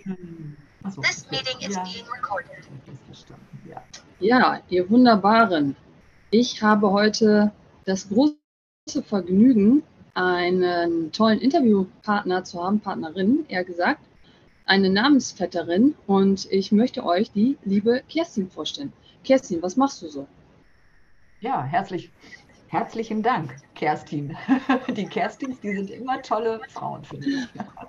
Ach so, This okay. meeting is Ja, being recorded. ich habe das verstanden. Ja. Ja, ihr Wunderbaren. Ich habe heute das große Vergnügen, einen tollen Interviewpartner zu haben, Partnerin, eher gesagt, eine Namensvetterin. Und ich möchte euch die liebe Kerstin vorstellen. Kerstin, was machst du so? Ja, herzlichen Dank, Kerstin. Die Kerstins, die sind immer tolle Frauen, finde ich.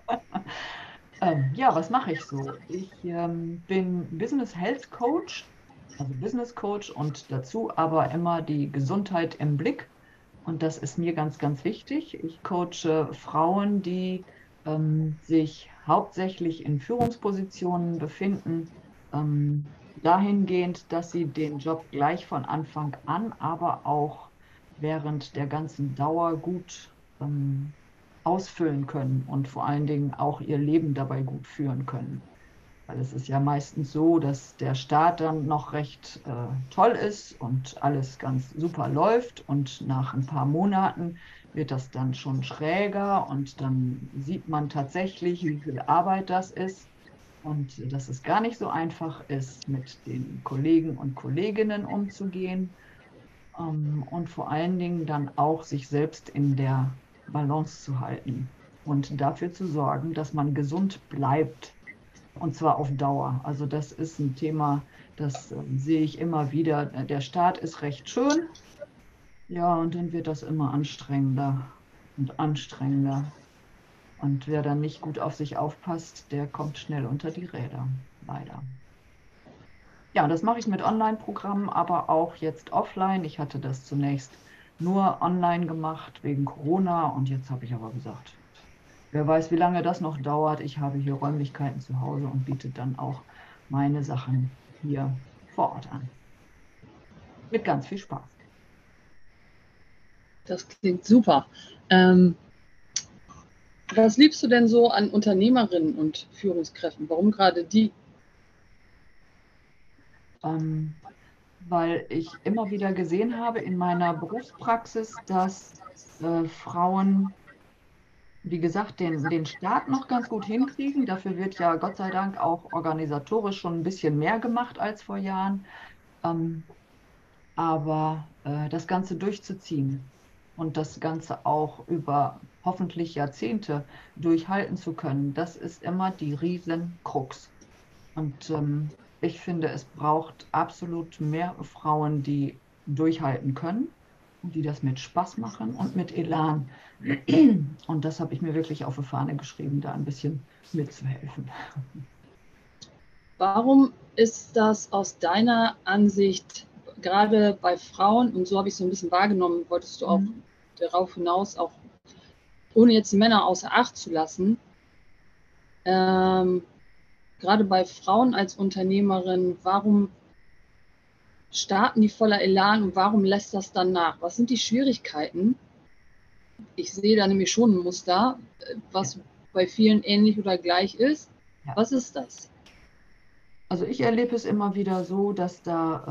Ja, was mache ich so? Ich bin Business Health Coach, also Business Coach und dazu aber immer die Gesundheit im Blick. Und das ist mir ganz, ganz wichtig. Ich coache Frauen, die sich hauptsächlich in Führungspositionen befinden, dahingehend, dass sie den Job gleich von Anfang an, aber auch während der ganzen Dauer gut ausfüllen können und vor allen Dingen auch ihr Leben dabei gut führen können. Weil es ist ja meistens so, dass der Start dann noch recht toll ist und alles ganz super läuft und nach ein paar Monaten wird das dann schon schräger und dann sieht man tatsächlich, wie viel Arbeit das ist und dass es gar nicht so einfach ist, mit den Kollegen und Kolleginnen umzugehen, und vor allen Dingen dann auch sich selbst in der Balance zu halten und dafür zu sorgen, dass man gesund bleibt. Und zwar auf Dauer. Also das ist ein Thema, das sehe ich immer wieder. Der Start ist recht schön, ja, und dann wird das immer anstrengender und anstrengender. Und wer dann nicht gut auf sich aufpasst, der kommt schnell unter die Räder, leider. Ja, das mache ich mit Online-Programmen, aber auch jetzt offline. Ich hatte das zunächst nur online gemacht wegen Corona und jetzt habe ich aber gesagt, wer weiß, wie lange das noch dauert. Ich habe hier Räumlichkeiten zu Hause und biete dann auch meine Sachen hier vor Ort an. Mit ganz viel Spaß. Das klingt super. Was liebst du denn so an Unternehmerinnen und Führungskräften? Warum gerade die? Weil ich immer wieder gesehen habe in meiner Berufspraxis, dass Frauen, wie gesagt, den Start noch ganz gut hinkriegen. Dafür wird ja Gott sei Dank auch organisatorisch schon ein bisschen mehr gemacht als vor Jahren. Ähm, aber das Ganze durchzuziehen und das Ganze auch über hoffentlich Jahrzehnte durchhalten zu können, das ist immer die Riesenkrux. Und ich finde, es braucht absolut mehr Frauen, die durchhalten können und die das mit Spaß machen und mit Elan. Und das habe ich mir wirklich auf die Fahne geschrieben, da ein bisschen mitzuhelfen. Warum ist das aus deiner Ansicht gerade bei Frauen, und so habe ich es so ein bisschen wahrgenommen, wolltest du auch darauf hinaus, auch ohne jetzt die Männer außer Acht zu lassen, gerade bei Frauen als Unternehmerin, warum starten die voller Elan und warum lässt das dann nach? Was sind die Schwierigkeiten? Ich sehe da nämlich schon ein Muster, was bei vielen ähnlich oder gleich ist. Ja. Was ist das? Also ich erlebe es immer wieder so, dass da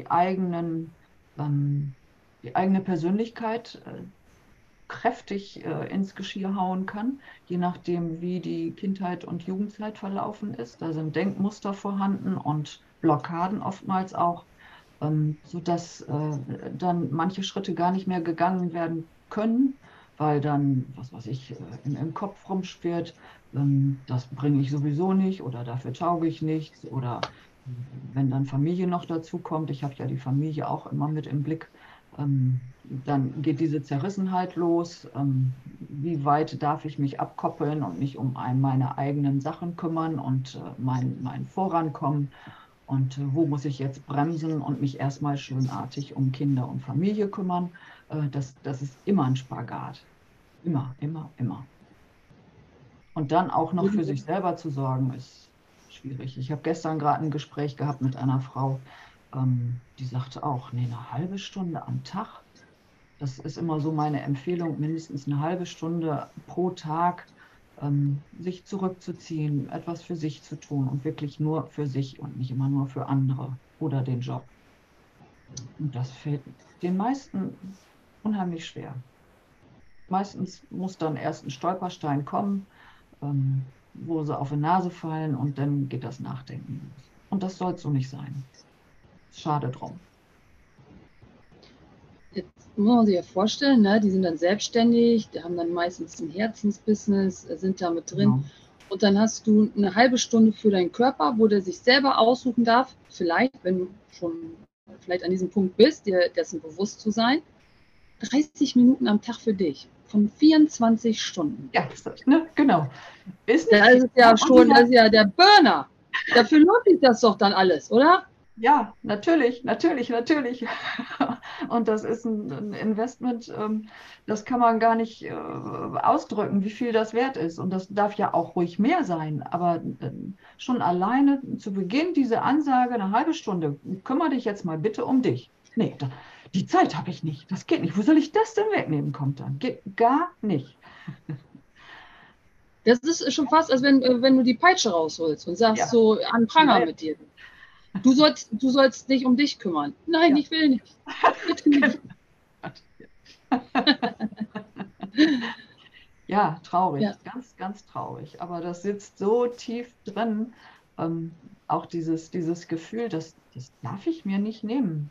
die eigene Persönlichkeit kräftig ins Geschirr hauen kann, je nachdem, wie die Kindheit und Jugendzeit verlaufen ist. Da sind Denkmuster vorhanden und Blockaden oftmals auch, sodass dann manche Schritte gar nicht mehr gegangen werden können, weil dann, was weiß ich, im Kopf rumschwirrt, das bringe ich sowieso nicht oder dafür tauge ich nichts oder wenn dann Familie noch dazu kommt, ich habe ja die Familie auch immer mit im Blick, dann geht diese Zerrissenheit los. Wie weit darf ich mich abkoppeln und mich um meine eigenen Sachen kümmern und mein Vorankommen? Und wo muss ich jetzt bremsen und mich erstmal schönartig um Kinder und Familie kümmern? Das ist immer ein Spagat. Immer, immer, immer. Und dann auch noch für sich selber zu sorgen, ist schwierig. Ich habe gestern gerade ein Gespräch gehabt mit einer Frau, die sagte auch, nee, eine halbe Stunde am Tag. Das ist immer so meine Empfehlung, mindestens eine halbe Stunde pro Tag sich zurückzuziehen, etwas für sich zu tun und wirklich nur für sich und nicht immer nur für andere oder den Job. Und das fällt den meisten unheimlich schwer. Meistens muss dann erst ein Stolperstein kommen. wo sie auf die Nase fallen und dann geht das Nachdenken los. Und das soll so nicht sein. Schade drum. Jetzt muss man sich ja vorstellen, ne? Die sind dann selbstständig, die haben dann meistens ein Herzensbusiness, sind da mit drin. Genau. Und dann hast du eine halbe Stunde für deinen Körper, wo der sich selber aussuchen darf, vielleicht, wenn du schon vielleicht an diesem Punkt bist, dir dessen bewusst zu sein, 30 Minuten am Tag für dich, von 24 Stunden. Ja, ne, genau. Ist nicht Da ist viel, es ja schon, dieser, das ist ja der Burner. Dafür lohnt sich das doch dann alles, oder? ja, natürlich, natürlich, natürlich. Und das ist ein Investment, das kann man gar nicht ausdrücken, wie viel das wert ist. Und das darf ja auch ruhig mehr sein. Aber schon alleine zu Beginn diese Ansage, eine halbe Stunde, kümmere dich jetzt mal bitte um dich. Nee, die Zeit habe ich nicht. Das geht nicht. Wo soll ich das denn wegnehmen, kommt dann? Geht gar nicht. Das ist schon fast, als wenn du die Peitsche rausholst und sagst Ja, so an Pranger ja, mit dir. Du sollst dich um dich kümmern. Nein, ja. ich will nicht. Bitte nicht. Ja, traurig, Ja. ganz, ganz traurig. Aber das sitzt so tief drin, auch dieses Gefühl, das darf ich mir nicht nehmen.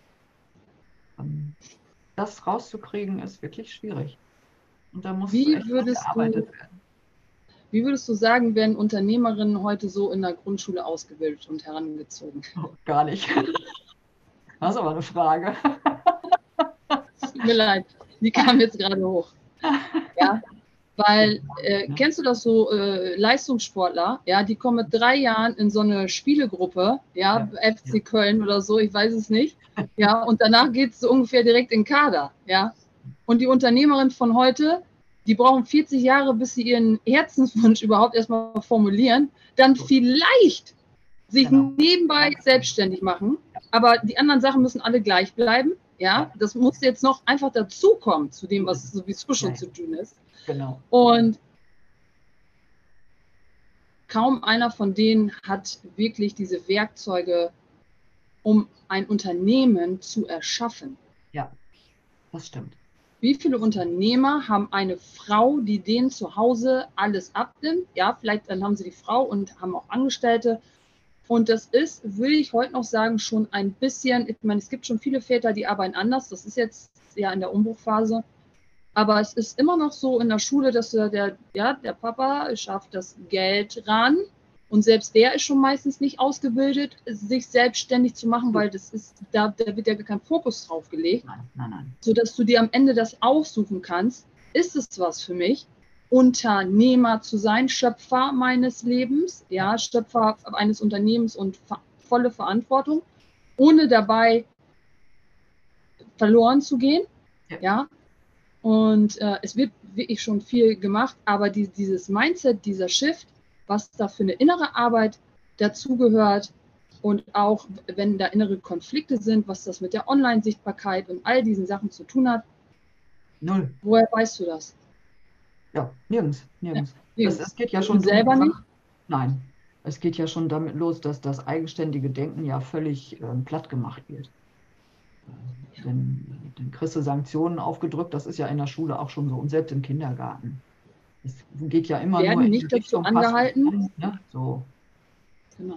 Das rauszukriegen, ist wirklich schwierig. Und da muss Wie echt dran würdest du, gearbeitet werden. wie würdest du sagen, werden Unternehmerinnen heute so in der Grundschule ausgebildet und herangezogen? Oh, gar nicht. Das ist aber eine Frage. Tut mir leid, die kam jetzt gerade hoch. Ja, weil, Ja, kennst du das so, Leistungssportler, ja, die kommen mit 3 Jahren in so eine Spielegruppe, ja, ja, ja. FC Köln oder so, ich weiß es nicht, ja, und danach geht es so ungefähr direkt in den Kader, ja. Und die Unternehmerin von heute, die brauchen 40 Jahre, bis sie ihren Herzenswunsch überhaupt erstmal formulieren, dann So, vielleicht sich genau. nebenbei Ganz genau. selbstständig machen, aber die anderen Sachen müssen alle gleich bleiben, ja. Ja, Das muss jetzt noch einfach dazukommen zu dem, so ist was es. sowieso Ja, schon ja, zu tun ist. genau. Und kaum einer von denen hat wirklich diese Werkzeuge, um ein Unternehmen zu erschaffen. Ja, das stimmt. Wie viele Unternehmer haben eine Frau, die denen zu Hause alles abnimmt? Ja, vielleicht dann haben sie die Frau und haben auch Angestellte. Und das ist, will ich heute noch sagen, schon ein bisschen, ich meine, es gibt schon viele Väter, die arbeiten anders. Das ist jetzt ja in der Umbruchphase. Aber es ist immer noch so in der Schule, dass der Papa schafft das Geld ran und selbst der ist schon meistens nicht ausgebildet, sich selbstständig zu machen, weil das ist, da wird ja kein Fokus drauf gelegt, Nein, nein, nein. sodass du dir am Ende das aussuchen kannst, ist es was für mich, Unternehmer zu sein, Schöpfer meines Lebens, ja, Schöpfer eines Unternehmens und volle Verantwortung, ohne dabei verloren zu gehen, Ja, ja. Und es wird wirklich schon viel gemacht, aber dieses Mindset, dieser Shift, was da für eine innere Arbeit dazugehört und auch wenn da innere Konflikte sind, was das mit der Online-Sichtbarkeit und all diesen Sachen zu tun hat, null. woher weißt du das? Ja, nirgends, Ja, nirgends. Es nirgends. geht ja Und schon selber nicht? nein, es geht ja schon damit los, dass das eigenständige Denken ja völlig platt gemacht wird. Dann kriegst du Sanktionen aufgedrückt, das ist ja in der Schule auch schon so und selbst im Kindergarten. Es geht ja immer nur Werden in die nicht dazu Richtung, pass dich angehalten? an, ne? So. Genau.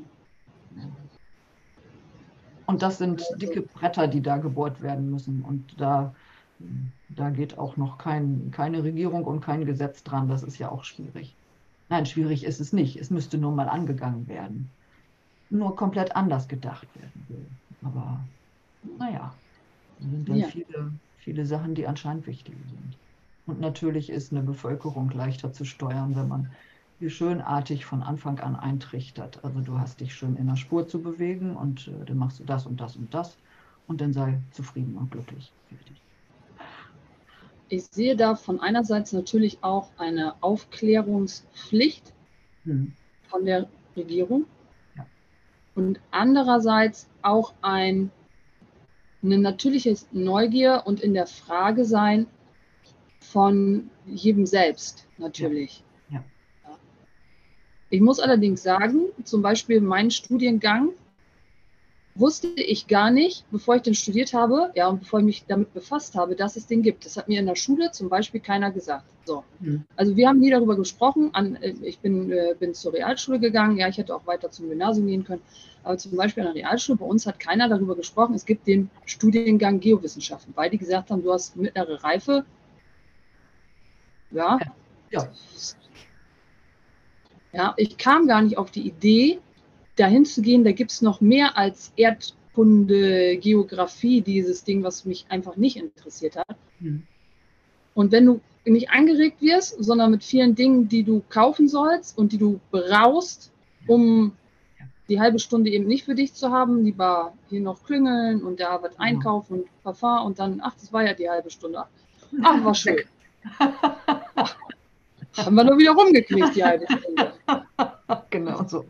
Und das sind dicke Bretter, die da gebohrt werden müssen. Und da geht auch noch keine Regierung und kein Gesetz dran. Das ist ja auch schwierig. Nein, schwierig ist es nicht. Es müsste nur mal angegangen werden. Nur komplett anders gedacht werden will. Aber naja, das sind dann Ja. viele Sachen, die anscheinend wichtiger sind. Und natürlich ist eine Bevölkerung leichter zu steuern, wenn man die schönartig von Anfang an eintrichtert. Also du hast dich schön in der Spur zu bewegen und dann machst du das und das und das und dann sei zufrieden und glücklich. Fertig. Ich sehe da von einerseits natürlich auch eine Aufklärungspflicht Hm. von der Regierung Ja. und andererseits auch eine natürliche Neugier und in der Frage sein von jedem selbst Ja. natürlich. Ja. Ich muss allerdings sagen, zum Beispiel mein Studiengang, wusste ich gar nicht, bevor ich den studiert habe, ja, und bevor ich mich damit befasst habe, dass es den gibt. Das hat mir in der Schule zum Beispiel keiner gesagt. So. Also wir haben nie darüber gesprochen. Ich bin zur Realschule gegangen. Ja, ich hätte auch weiter zum Gymnasium gehen können. Aber zum Beispiel an der Realschule, bei uns hat keiner darüber gesprochen. Es gibt den Studiengang Geowissenschaften, weil die gesagt haben, du hast mittlere Reife. Ja. Ja. Ja, ich kam gar nicht auf die Idee, dahin zu gehen. Da gibt es noch mehr als Erdkunde, Geografie, dieses Ding, was mich einfach nicht interessiert hat. Und wenn du nicht angeregt wirst, sondern mit vielen Dingen, die du kaufen sollst und die du brauchst, um die halbe Stunde eben nicht für dich zu haben, lieber hier noch klüngeln und da was einkaufen und Parfum und dann, ach, das war ja die halbe Stunde. Ach, war schön. Haben wir nur wieder rumgekriegt, die halbe Stunde. Genau so.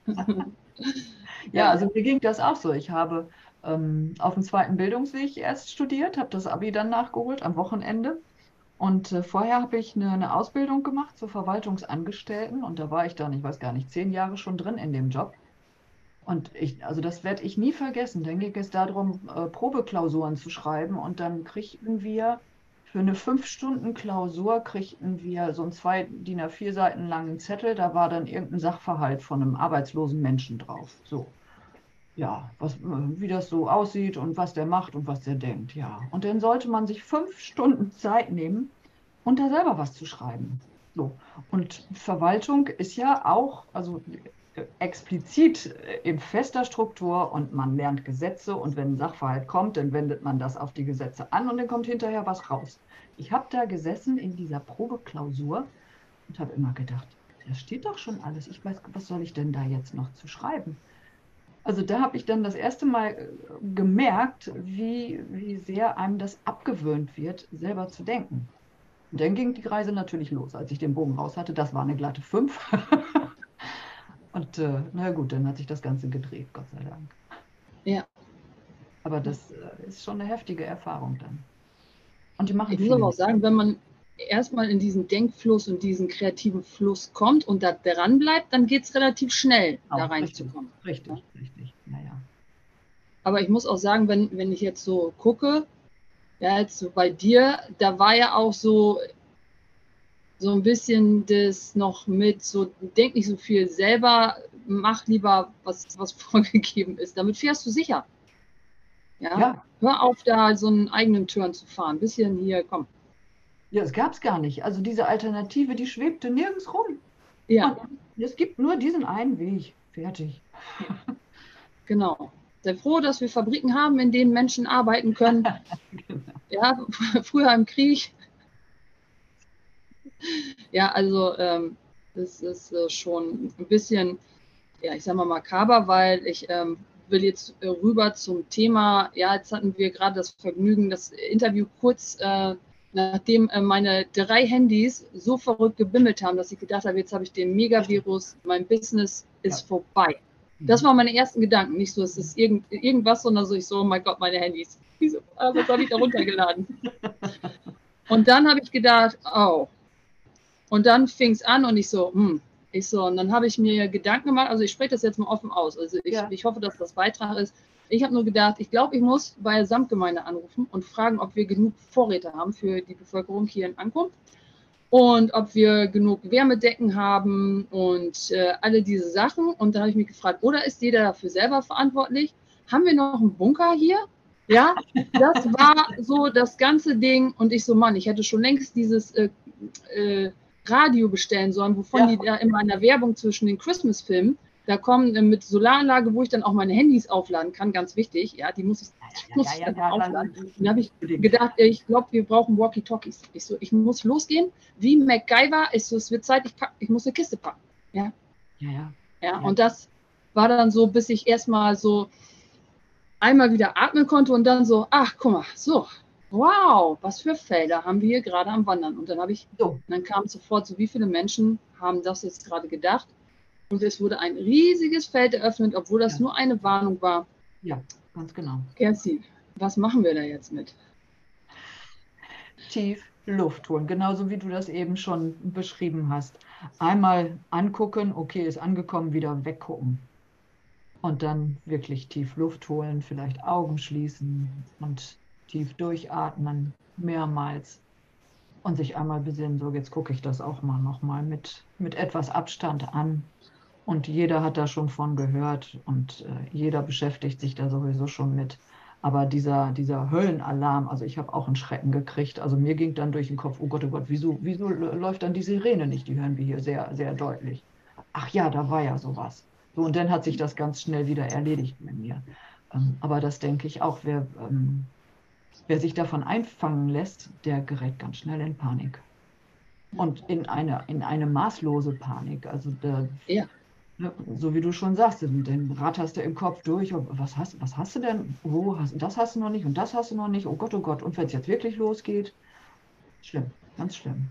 Ja, also mir ging das auch so. Ich habe auf dem zweiten Bildungsweg erst studiert, habe das Abi dann nachgeholt am Wochenende. Und vorher habe ich eine Ausbildung gemacht zur Verwaltungsangestellten und da war ich dann, ich weiß gar nicht, 10 Jahre schon drin in dem Job. Und also das werde ich nie vergessen. Dann ging es darum, Probeklausuren zu schreiben und dann kriegten wir für eine 5 Stunden Klausur kriegten wir so einen 2 DIN A4 Seiten langen Zettel, da war dann irgendein Sachverhalt von einem arbeitslosen Menschen drauf. So. Ja, wie das so aussieht und was der macht und was der denkt, ja. Und dann sollte man sich 5 Stunden Zeit nehmen und da selber was zu schreiben. So. Und Verwaltung ist ja auch, also explizit in fester Struktur und man lernt Gesetze und wenn ein Sachverhalt kommt, dann wendet man das auf die Gesetze an und dann kommt hinterher was raus. Ich habe da gesessen in dieser Probeklausur und habe immer gedacht, da steht doch schon alles. Ich weiß, was soll ich denn da jetzt noch zu schreiben? Also da habe ich dann das erste Mal gemerkt, wie sehr einem das abgewöhnt wird, selber zu denken. Und dann ging die Reise natürlich los, als ich den Bogen raus hatte. Das war eine glatte 5. Und na gut, dann hat sich das Ganze gedreht, Gott sei Dank. Ja. Aber das ist schon eine heftige Erfahrung dann. Und die machen Ich muss aber auch sagen, wenn man erstmal in diesen Denkfluss und diesen kreativen Fluss kommt und da dran bleibt, dann geht es relativ schnell, da reinzukommen. Richtig. Naja. Aber ich muss auch sagen, wenn ich jetzt so gucke, ja, jetzt so bei dir, da war ja auch so ein bisschen das noch mit, so denk nicht so viel selber, mach lieber, was vorgegeben ist. Damit fährst du sicher. Ja? Hör auf, da so einen eigenen Turn zu fahren. Ein bisschen hier, komm. Ja, es gab es gar nicht. Also diese Alternative, die schwebte nirgends rum. Ja. Und es gibt nur diesen einen Weg. Fertig. Genau. Sei froh, dass wir Fabriken haben, in denen Menschen arbeiten können. Genau. Ja, früher im Krieg. Ja, also das ist schon ein bisschen, ja, ich sag mal makaber, weil ich will jetzt rüber zum Thema, ja, jetzt hatten wir gerade das Vergnügen, das Interview kurz nachdem meine 3 Handys so verrückt gebimmelt haben, dass ich gedacht habe, jetzt habe ich den Megavirus, mein Business ist vorbei. Das waren meine ersten Gedanken. Nicht so, es ist irgendwas, sondern so, oh mein Gott, meine Handys. Was habe ich da runtergeladen? Und dann habe ich gedacht, oh. Und dann fing es an und ich so, und dann habe ich mir Gedanken gemacht, also ich spreche das jetzt mal offen aus. Also ich hoffe, dass das Beitrag ist. Ich habe nur gedacht, ich glaube, ich muss bei der Samtgemeinde anrufen und fragen, ob wir genug Vorräte haben für die Bevölkerung hier in Ankunft und ob wir genug Wärmedecken haben und alle diese Sachen. Und da habe ich mich gefragt, oder ist jeder dafür selber verantwortlich? Haben wir noch einen Bunker hier? Ja, das war so das ganze Ding. Und ich so, Mann, ich hätte schon längst dieses Radio bestellen sollen, wovon die da immer in der Werbung zwischen den Christmas-Filmen, da kommen mit Solaranlage, wo ich dann auch meine Handys aufladen kann, ganz wichtig, ja, die muss ich dann aufladen. Und da habe ich gedacht, ich glaube, wir brauchen Walkie-Talkies. Ich muss losgehen, wie MacGyver, es wird Zeit, ich muss eine Kiste packen. Ja. Und das war dann so, bis ich erstmal so einmal wieder atmen konnte und dann so, ach, guck mal, so, wow, was für Felder haben wir hier gerade am Wandern. Und dann dann kam sofort so, wie viele Menschen haben das jetzt gerade gedacht? Und es wurde ein riesiges Feld eröffnet, obwohl das nur eine Warnung war. Ja, ganz genau. Kerstin, was machen wir da jetzt mit? Tief Luft holen, genauso wie du das eben schon beschrieben hast. Einmal angucken, okay, ist angekommen, wieder weggucken. Und dann wirklich tief Luft holen, vielleicht Augen schließen und tief durchatmen, mehrmals. Und sich einmal besinnen, so jetzt gucke ich das auch mal nochmal mit etwas Abstand an. Und jeder hat da schon von gehört und jeder beschäftigt sich da sowieso schon mit. Aber dieser Höllenalarm, also ich habe auch einen Schrecken gekriegt. Also mir ging dann durch den Kopf, oh Gott, wieso läuft dann die Sirene nicht? Die hören wir hier sehr, sehr deutlich. Ach ja, da war ja sowas. So, und dann hat sich das ganz schnell wieder erledigt bei mir. Aber das denke ich auch, wer sich davon einfangen lässt, der gerät ganz schnell in Panik. Und in eine maßlose Panik. Also Ja. ne, so wie du schon sagst, dann ratterst du im Kopf durch, oh, was hast du denn? Das hast du noch nicht und das hast du noch nicht. Oh Gott, oh Gott. Und wenn es jetzt wirklich losgeht, schlimm, ganz schlimm.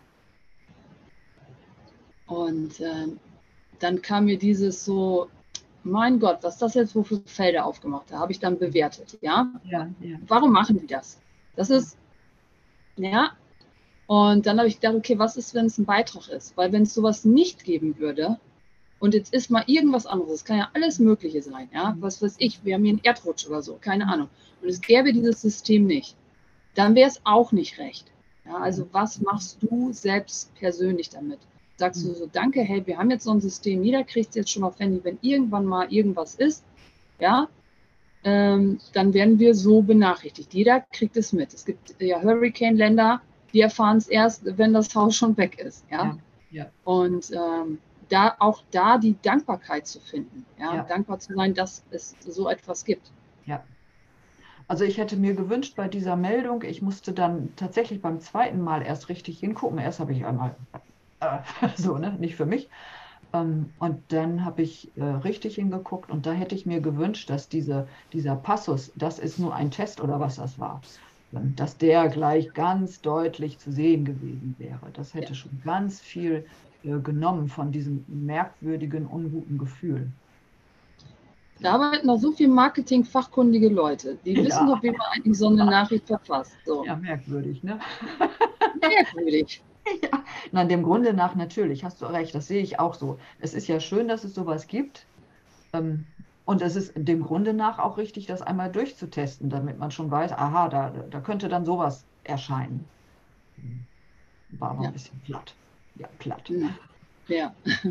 Und dann kam mir dieses so, mein Gott, was das jetzt für Felder aufgemacht, da habe ich dann bewertet, ja. Ja, ja. Warum machen die das? Das ist, ja. Und dann habe ich gedacht, okay, was ist, wenn es ein Beitrag ist? Weil wenn es sowas nicht geben würde und jetzt ist mal irgendwas anderes, es kann ja alles Mögliche sein, ja. Was weiß ich, wir haben hier einen Erdrutsch oder so, keine Ahnung. Und es gäbe dieses System nicht, dann wäre es auch nicht recht. Ja, also was machst du selbst persönlich damit? Sagst du so, danke, hey, wir haben jetzt so ein System, jeder kriegt es jetzt schon auf Handy, wenn irgendwann mal irgendwas ist, ja, dann werden wir so benachrichtigt. Jeder kriegt es mit. Es gibt ja Hurricane-Länder, die erfahren es erst, wenn das Haus schon weg ist. Ja? Ja, ja, Und auch da die Dankbarkeit zu finden, ja? ja, Dankbar zu sein, dass es so etwas gibt. ja. Also ich hätte mir gewünscht bei dieser Meldung, ich musste dann tatsächlich beim zweiten Mal erst richtig hingucken. Erst habe ich einmal, so, ne, nicht für mich. Und dann habe ich richtig hingeguckt und da hätte ich mir gewünscht, dass dieser Passus, das ist nur ein Test oder was das war, dass der gleich ganz deutlich zu sehen gewesen wäre. Das hätte schon ganz viel genommen von diesem merkwürdigen, unguten Gefühl. Da arbeiten noch so viele Marketing-fachkundige Leute, die wissen Ja, doch, wie man eigentlich so eine Nachricht verfasst. So. ja, merkwürdig, ne? Merkwürdig. Ja, nein, dem Grunde nach natürlich, hast du recht, das sehe ich auch so. Es ist ja schön, dass es sowas gibt. Und es ist dem Grunde nach auch richtig, das einmal durchzutesten, damit man schon weiß, aha, da könnte dann sowas erscheinen. War aber ein Ja. bisschen platt. Ja, platt. Ja.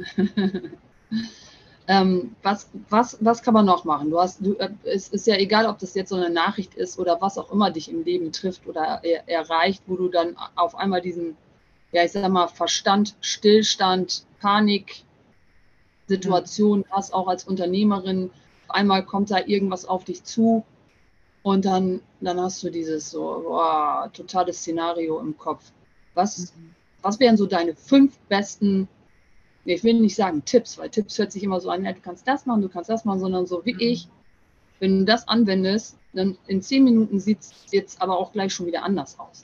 Was kann man noch machen? Es ist ja egal, ob das jetzt so eine Nachricht ist oder was auch immer dich im Leben trifft oder erreicht, wo du dann auf einmal diesen, ja, ich sag mal, Verstand, Stillstand, Panik, Situation hast, auch als Unternehmerin. Auf einmal kommt da irgendwas auf dich zu und dann hast du dieses so, boah, totales Szenario im Kopf. Was wären so deine 5 besten, ich will nicht sagen Tipps, weil Tipps hört sich immer so an, ja, du kannst das machen, sondern so wie ich, wenn du das anwendest, dann in 10 Minuten sieht es jetzt aber auch gleich schon wieder anders aus.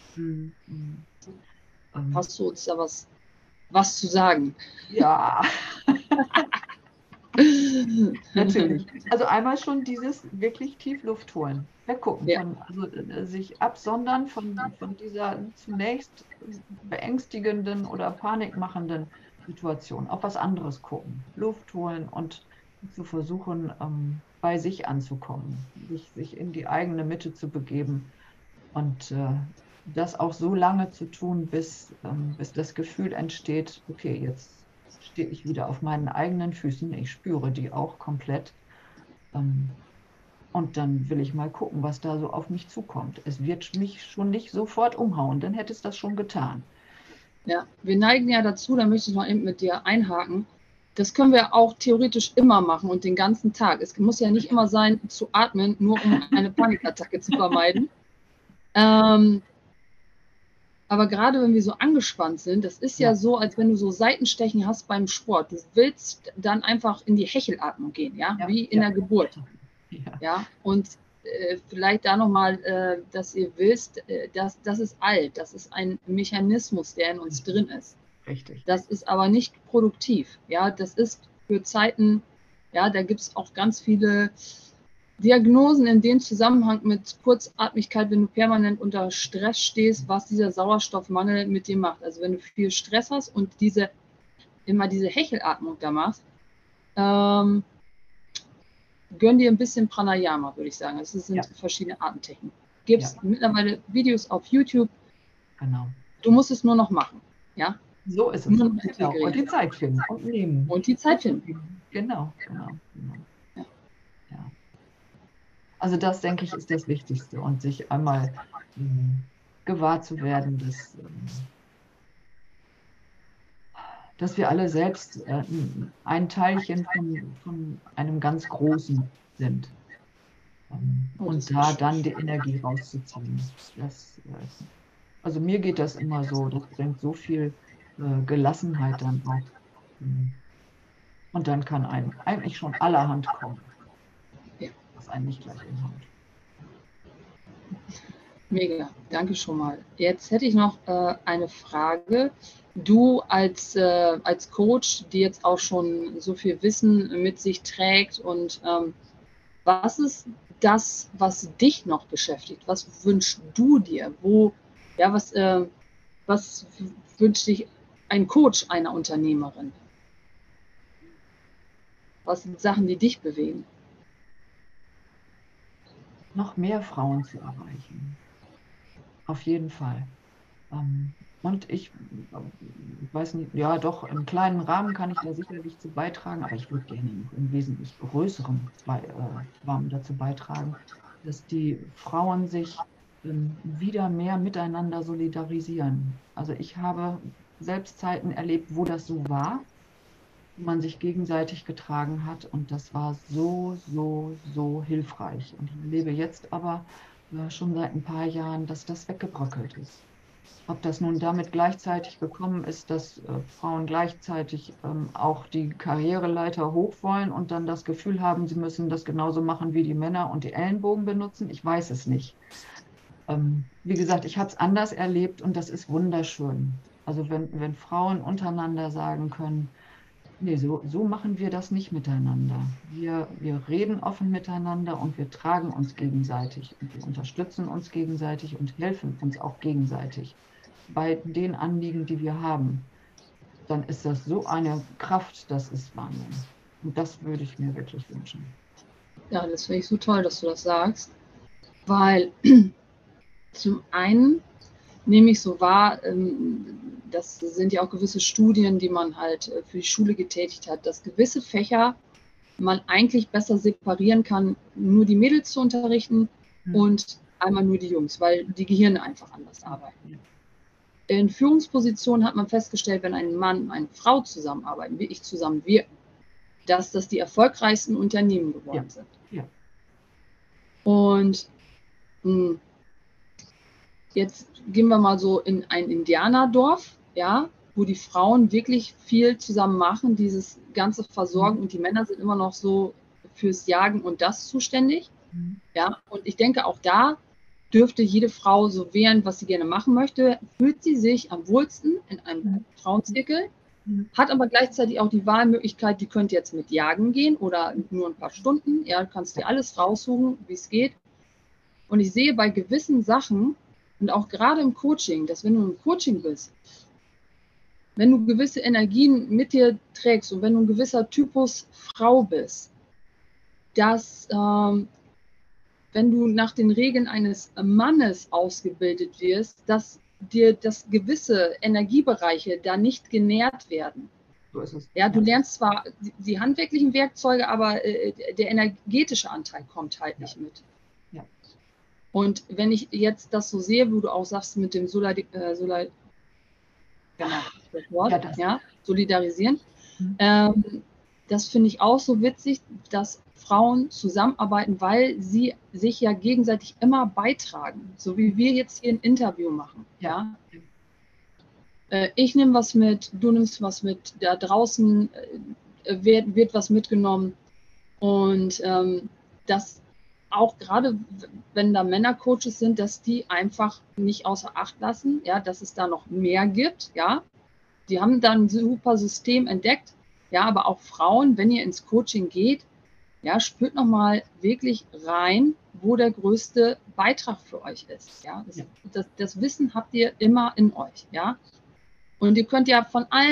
Hast du uns da was zu sagen? Ja, natürlich. Also einmal schon dieses wirklich tief Luft holen, weggucken, Ja. also sich absondern von dieser zunächst beängstigenden oder panikmachenden Situation, auf was anderes gucken, Luft holen und zu versuchen, bei sich anzukommen, sich in die eigene Mitte zu begeben und das auch so lange zu tun, bis das Gefühl entsteht, okay, jetzt stehe ich wieder auf meinen eigenen Füßen, ich spüre die auch komplett. Und dann will ich mal gucken, was da so auf mich zukommt. Es wird mich schon nicht sofort umhauen, dann hätte es das schon getan. Ja, wir neigen ja dazu, da möchte ich noch eben mit dir einhaken. Das können wir auch theoretisch immer machen und den ganzen Tag. Es muss ja nicht immer sein, zu atmen, nur um eine Panikattacke zu vermeiden. Aber gerade wenn wir so angespannt sind, das ist ja so, als wenn du so Seitenstechen hast beim Sport. Du willst dann einfach in die Hechelatmung gehen, ja, wie in der Geburt. Ja, und vielleicht da nochmal, dass ihr wisst, das ist alt, das ist ein Mechanismus, der in uns drin ist. Richtig. Das ist aber nicht produktiv. Ja, das ist für Zeiten, ja, da gibt es auch ganz viele Diagnosen in dem Zusammenhang mit Kurzatmigkeit, wenn du permanent unter Stress stehst, was dieser Sauerstoffmangel mit dir macht. Also wenn du viel Stress hast und immer diese Hechelatmung da machst, gönn dir ein bisschen Pranayama, würde ich sagen. Es sind Ja. verschiedene Atemtechniken. Gibt es mittlerweile Videos auf YouTube. Genau. Du musst es nur noch machen. Ja? So ist es. Nur noch Genau. Und die Zeit finden und nehmen. Und die Zeit finden. Genau. Ja. Ja. Also das, denke ich, ist das Wichtigste. Und sich einmal gewahr zu werden, dass wir alle selbst ein Teilchen von einem ganz Großen sind. Und da dann die Energie rauszuziehen. Also mir geht das immer so, das bringt so viel Gelassenheit dann auch. Und dann kann einem eigentlich schon allerhand kommen, was einen nicht gleich umhaut. Mega, danke schon mal. Jetzt hätte ich noch eine Frage. Du als Coach, die jetzt auch schon so viel Wissen mit sich trägt, und was ist das, was dich noch beschäftigt? Was wünschst du dir? Was wünscht sich ein Coach einer Unternehmerin? Was sind Sachen, die dich bewegen? Noch mehr Frauen zu erreichen. Auf jeden Fall. Und ich weiß nicht, ja doch, im kleinen Rahmen kann ich da sicherlich zu beitragen, aber ich würde gerne noch im wesentlich größeren Rahmen dazu beitragen, dass die Frauen sich wieder mehr miteinander solidarisieren. Also ich habe selbst Zeiten erlebt, wo das so war, wo man sich gegenseitig getragen hat, und das war so hilfreich. Und ich erlebe jetzt aber schon seit ein paar Jahren, dass das weggebröckelt ist. Ob das nun damit gleichzeitig gekommen ist, dass Frauen gleichzeitig auch die Karriereleiter hoch wollen und dann das Gefühl haben, sie müssen das genauso machen wie die Männer und die Ellenbogen benutzen, ich weiß es nicht. Wie gesagt, ich habe es anders erlebt und das ist wunderschön. Also wenn Frauen untereinander sagen können, nee, so machen wir das nicht miteinander. Wir reden offen miteinander und wir tragen uns gegenseitig und wir unterstützen uns gegenseitig und helfen uns auch gegenseitig bei den Anliegen, die wir haben. Dann ist das so eine Kraft, das ist Wahnsinn. Und das würde ich mir wirklich wünschen. Ja, das finde ich so toll, dass du das sagst, weil zum einen nehme ich so wahr, das sind ja auch gewisse Studien, die man halt für die Schule getätigt hat, dass gewisse Fächer man eigentlich besser separieren kann, nur die Mädels zu unterrichten und einmal nur die Jungs, weil die Gehirne einfach anders arbeiten. In Führungspositionen hat man festgestellt, wenn ein Mann und eine Frau zusammenarbeiten, wirklich zusammenwirken, dass das die erfolgreichsten Unternehmen geworden sind. Ja. Und jetzt gehen wir mal so in ein Indianerdorf, ja, wo die Frauen wirklich viel zusammen machen, dieses ganze Versorgen, und die Männer sind immer noch so fürs Jagen und das zuständig. Ja, und ich denke, auch da dürfte jede Frau so wählen, was sie gerne machen möchte. Fühlt sie sich am wohlsten in einem Frauenzirkel, hat aber gleichzeitig auch die Wahlmöglichkeit, die könnte jetzt mit Jagen gehen oder nur ein paar Stunden. Ja, du kannst dir alles raussuchen, wie es geht. Und ich sehe bei gewissen Sachen, und auch gerade im Coaching, dass wenn du im Coaching bist, wenn du gewisse Energien mit dir trägst und wenn du ein gewisser Typus Frau bist, dass wenn du nach den Regeln eines Mannes ausgebildet wirst, dass dir das gewisse Energiebereiche da nicht genährt werden. So ist es. Ja, du lernst zwar die handwerklichen Werkzeuge, aber der energetische Anteil kommt halt nicht mit. Ja. Und wenn ich jetzt das so sehe, wo du auch sagst mit dem Solidarisieren, das finde ich auch so witzig, dass Frauen zusammenarbeiten, weil sie sich ja gegenseitig immer beitragen, so wie wir jetzt hier ein Interview machen. Ja? Ich nehme was mit, du nimmst was mit, da draußen wird was mitgenommen, und das auch gerade, wenn da Männercoaches sind, dass die einfach nicht außer Acht lassen, ja, dass es da noch mehr gibt, ja. Die haben dann ein super System entdeckt, ja, aber auch Frauen, wenn ihr ins Coaching geht, ja, spürt nochmal wirklich rein, wo der größte Beitrag für euch ist, ja. Das Wissen habt ihr immer in euch, ja. Und ihr könnt ja von allen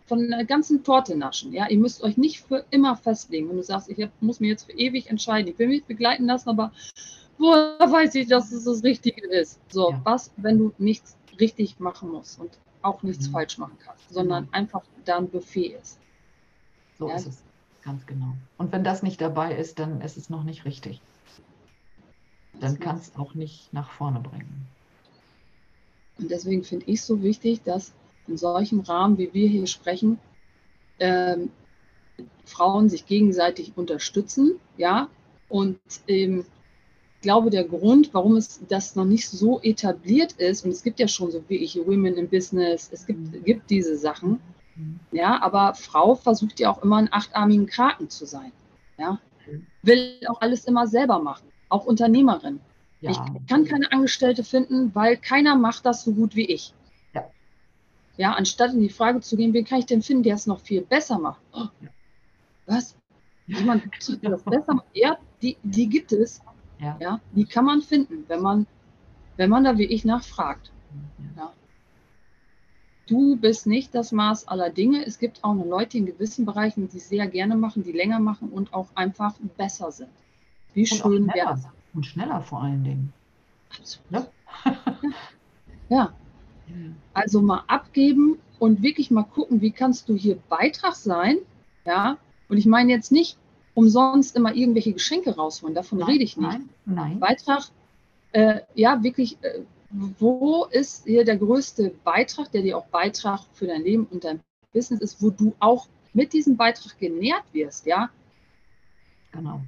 von der ganzen Torte naschen. Ja? Ihr müsst euch nicht für immer festlegen. Wenn du sagst, muss mich jetzt für ewig entscheiden, ich will mich begleiten lassen, aber woher weiß ich, dass es das Richtige ist? So, Ja, was, wenn du nichts richtig machen musst und auch nichts genau. falsch machen kannst, sondern Genau. einfach da ein Buffet ist. So Ja? ist es. Ganz genau. Und wenn das nicht dabei ist, dann ist es noch nicht richtig. Dann kann es auch nicht nach vorne bringen. Und deswegen finde ich es so wichtig, dass in solchem Rahmen, wie wir hier sprechen, ähm, Frauen sich gegenseitig unterstützen, ja, und ich glaube, der Grund, warum es das noch nicht so etabliert ist, und es gibt ja schon so wie ich Women in Business, es gibt diese Sachen, ja, aber Frau versucht ja auch immer einen achtarmigen Kraken zu sein, ja, will auch alles immer selber machen, auch Unternehmerin. Ich Ja, kann keine Angestellte finden, weil keiner macht das so gut wie ich. ja, Ja, anstatt in die Frage zu gehen, wen kann ich denn finden, der es noch viel besser macht? Oh, ja. was? Jemand, der das besser macht? Ja, die gibt es. Ja. Ja, die kann man finden, wenn man da wie ich nachfragt. Ja. Ja. Du bist nicht das Maß aller Dinge. Es gibt auch noch Leute, die in gewissen Bereichen, die sehr gerne machen, die länger machen und auch einfach besser sind. Wie Und auch schön wäre das? schneller. Und schneller vor allen Dingen. Ne? Ja, Ja. also mal abgeben und wirklich mal gucken, wie kannst du hier Beitrag sein. Ja, und ich meine jetzt nicht umsonst immer irgendwelche Geschenke rausholen, davon Nein, rede ich nicht. nein, nein. Beitrag, ja, wirklich, wo ist hier der größte Beitrag, der dir auch Beitrag für dein Leben und dein Business ist, wo du auch mit diesem Beitrag genährt wirst, ja? Genau.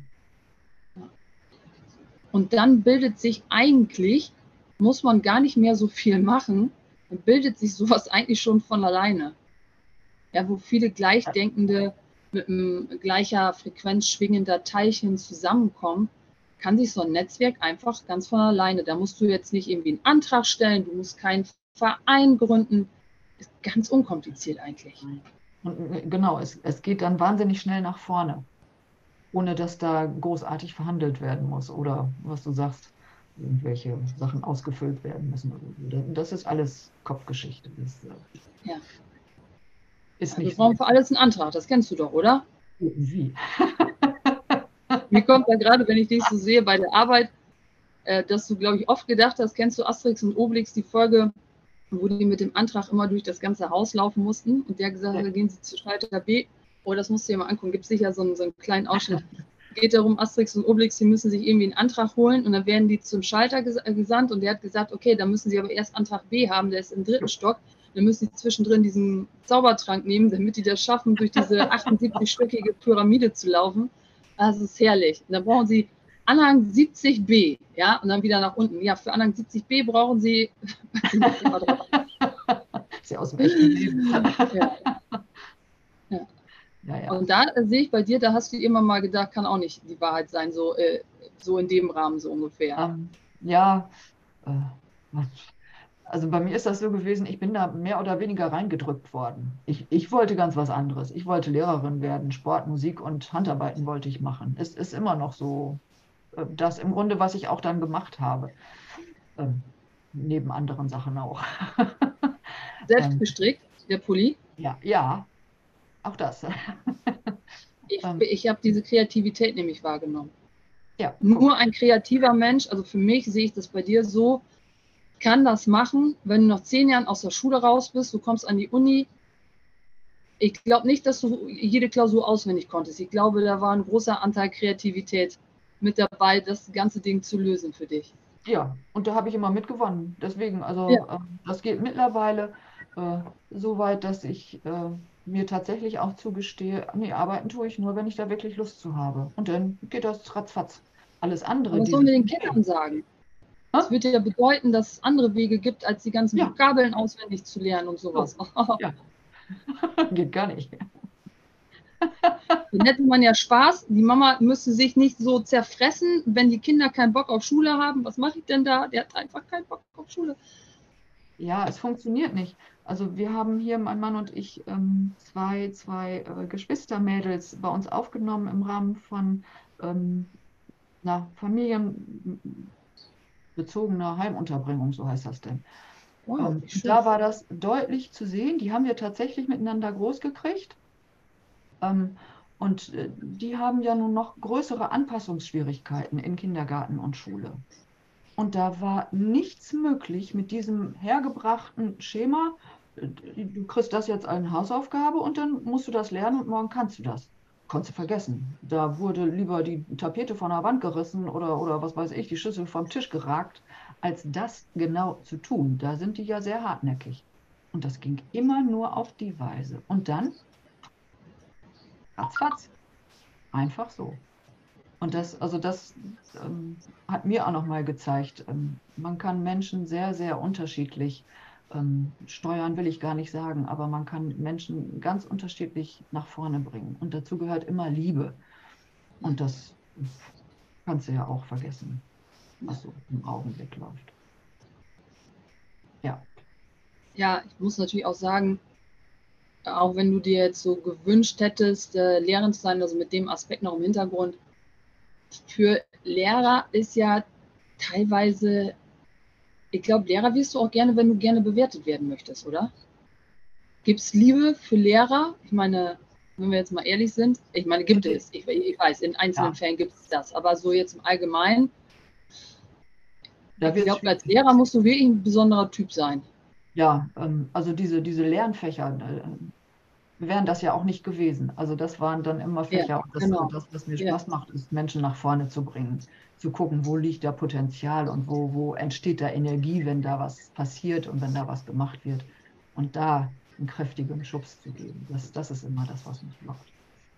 Und dann bildet sich eigentlich, muss man gar nicht mehr so viel machen, dann bildet sich sowas eigentlich schon von alleine. Ja, wo viele Gleichdenkende mit gleicher Frequenz schwingender Teilchen zusammenkommen, kann sich so ein Netzwerk einfach ganz von alleine. Da musst du jetzt nicht irgendwie einen Antrag stellen, du musst keinen Verein gründen. Ist ganz unkompliziert eigentlich. Und genau, es geht dann wahnsinnig schnell nach vorne, ohne dass da großartig verhandelt werden muss oder was du sagst, irgendwelche Sachen ausgefüllt werden müssen. Das ist alles Kopfgeschichte. Das Ja. ist Ja, wir nicht so brauchen für alles einen Antrag, das kennst du doch, oder? wie. Mir kommt da gerade, wenn ich dich so sehe bei der Arbeit, dass du, glaube ich, oft gedacht hast, kennst du Asterix und Obelix, die Folge, wo die mit dem Antrag immer durch das ganze Haus laufen mussten und der gesagt hat, gehen Sie zu Schalter B. Oh, das musst du dir mal angucken, gibt sicher so einen kleinen Ausschnitt. Geht darum, Asterix und Obelix, die müssen sich irgendwie einen Antrag holen und dann werden die zum Schalter gesandt und der hat gesagt, okay, dann müssen sie aber erst Antrag B haben, der ist im 3. Stock. Dann müssen sie zwischendrin diesen Zaubertrank nehmen, damit die das schaffen, durch diese 78-stöckige Pyramide zu laufen. Das ist herrlich. Und dann brauchen sie Anhang 70b, ja, und dann wieder nach unten. Ja, für Anhang 70b brauchen sie, weiß ich nicht, immer drauf. Ist ja aus dem echten Leben. Ja. Ja. Ja, ja. Und da sehe ich bei dir, da hast du immer mal gedacht, kann auch nicht die Wahrheit sein, so in dem Rahmen so ungefähr. Ja, also bei mir ist das so gewesen, ich bin da mehr oder weniger reingedrückt worden. Ich wollte ganz was anderes. Ich wollte Lehrerin werden, Sport, Musik und Handarbeiten wollte ich machen. Es ist immer noch so das im Grunde, was ich auch dann gemacht habe. Neben anderen Sachen auch. Selbst Ähm, gestrickt, der Pulli. ja, ja, auch das. Ich habe diese Kreativität nämlich wahrgenommen. Ja, guck. Nur ein kreativer Mensch, also für mich sehe ich das bei dir so, kann das machen, wenn du nach 10 Jahren aus der Schule raus bist, du kommst an die Uni. Ich glaube nicht, dass du jede Klausur auswendig konntest. Ich glaube, da war ein großer Anteil Kreativität mit dabei, das ganze Ding zu lösen für dich. Ja, und da habe ich immer mitgewonnen. Deswegen, Ja. also das geht mittlerweile so weit, dass ich mir tatsächlich auch zugestehe, nee, arbeiten tue ich nur, wenn ich da wirklich Lust zu habe. Und dann geht das ratzfatz. Alles andere, Aber was sollen dieses wir den Budget. Kindern sagen? Das Hä? würde ja bedeuten, dass es andere Wege gibt, als die ganzen Ja, Vokabeln auswendig zu lernen und sowas. so. Ja, geht gar nicht. Dann hätte man ja Spaß. Die Mama müsste sich nicht so zerfressen, wenn die Kinder keinen Bock auf Schule haben. Was mache ich denn da? Der hat einfach keinen Bock auf Schule. Ja, es funktioniert nicht. Also wir haben hier, mein Mann und ich, zwei Geschwistermädels bei uns aufgenommen im Rahmen von einer familienbezogener Heimunterbringung, so heißt das denn. Wow, wie schön. Da war das deutlich zu sehen. Die haben wir tatsächlich miteinander groß gekriegt. Und die haben ja nun noch größere Anpassungsschwierigkeiten in Kindergarten und Schule. Und da war nichts möglich mit diesem hergebrachten Schema. Du kriegst das jetzt als Hausaufgabe und dann musst du das lernen und morgen kannst du das. Konntest du vergessen. Da wurde lieber die Tapete von der Wand gerissen oder was weiß ich, die Schüssel vom Tisch geragt, als das genau zu tun. Da sind die ja sehr hartnäckig. Und das ging immer nur auf die Weise. Und dann, ratzfatz, einfach so. Und das hat mir auch nochmal gezeigt, man kann Menschen sehr, sehr unterschiedlich steuern, will ich gar nicht sagen, aber man kann Menschen ganz unterschiedlich nach vorne bringen. Und dazu gehört immer Liebe. Und das kannst du ja auch vergessen, was so im Augenblick läuft. Ja. Ja, ich muss natürlich auch sagen, auch wenn du dir jetzt so gewünscht hättest, Lehrerin zu sein, also mit dem Aspekt noch im Hintergrund, für Lehrer ist ja teilweise, ich glaube, Lehrer wirst du auch gerne, wenn du gerne bewertet werden möchtest, oder? Gibt es Liebe für Lehrer? Ich meine, wenn wir jetzt mal ehrlich sind, ich meine, gibt es. Ich weiß, in einzelnen Ja, Fällen gibt es das. Aber so jetzt im Allgemeinen, da ich wird es glaube, als schwierig. Lehrer musst du wirklich ein besonderer Typ sein. Ja, also diese Lernfächer wären das ja auch nicht gewesen. Also das waren dann immer Ja, Fächer. Und genau. das, was mir Ja, Spaß macht, ist, Menschen nach vorne zu bringen, zu gucken, wo liegt da Potenzial und wo entsteht da Energie, wenn da was passiert und wenn da was gemacht wird. Und da einen kräftigen Schubs zu geben. Das ist immer das, was mich lockt.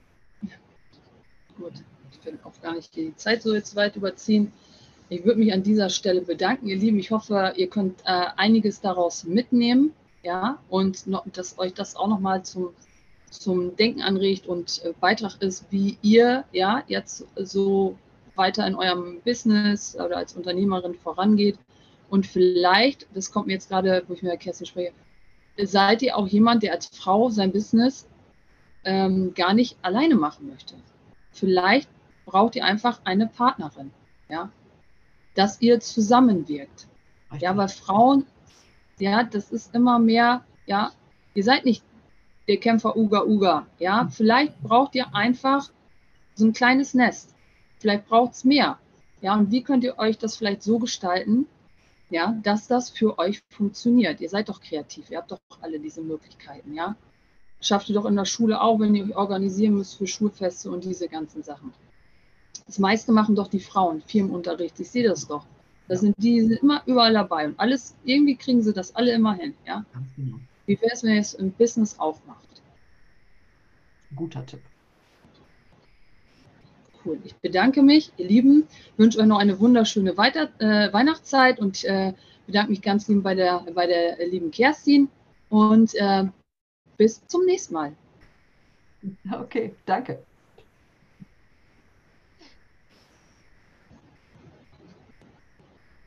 gut. Ich will auch gar nicht die Zeit so jetzt weit überziehen. Ich würde mich an dieser Stelle bedanken, ihr Lieben. Ich hoffe, ihr könnt einiges daraus mitnehmen, ja, und noch, dass euch das auch nochmal zum Denken anregt und Beitrag ist, wie ihr ja jetzt so weiter in eurem Business oder als Unternehmerin vorangeht. Und vielleicht, das kommt mir jetzt gerade, wo ich mit der Kerstin spreche, seid ihr auch jemand, der als Frau sein Business gar nicht alleine machen möchte. Vielleicht braucht ihr einfach eine Partnerin, ja, dass ihr zusammenwirkt. Ja, Richtig. weil Frauen, ja, das ist immer mehr, ja, ihr seid nicht der Kämpfer Uga Uga, ja, vielleicht braucht ihr einfach so ein kleines Nest. Vielleicht braucht es mehr. Ja, und wie könnt ihr euch das vielleicht so gestalten, ja, dass das für euch funktioniert? Ihr seid doch kreativ, ihr habt doch alle diese Möglichkeiten, ja. Schafft ihr doch in der Schule auch, wenn ihr euch organisieren müsst für Schulfeste und diese ganzen Sachen. Das meiste machen doch die Frauen, Firmenunterricht. Ich sehe das doch. Das Ja, sind die sind immer überall dabei und alles, irgendwie kriegen sie das alle immer hin. Ja? ganz genau. Wie wäre es, wenn ihr es im Business auch macht? Guter Tipp. Cool. Ich bedanke mich, ihr Lieben, wünsche euch noch eine wunderschöne Weihnachtszeit und bedanke mich ganz lieb bei der lieben Kerstin und bis zum nächsten Mal. Okay, danke.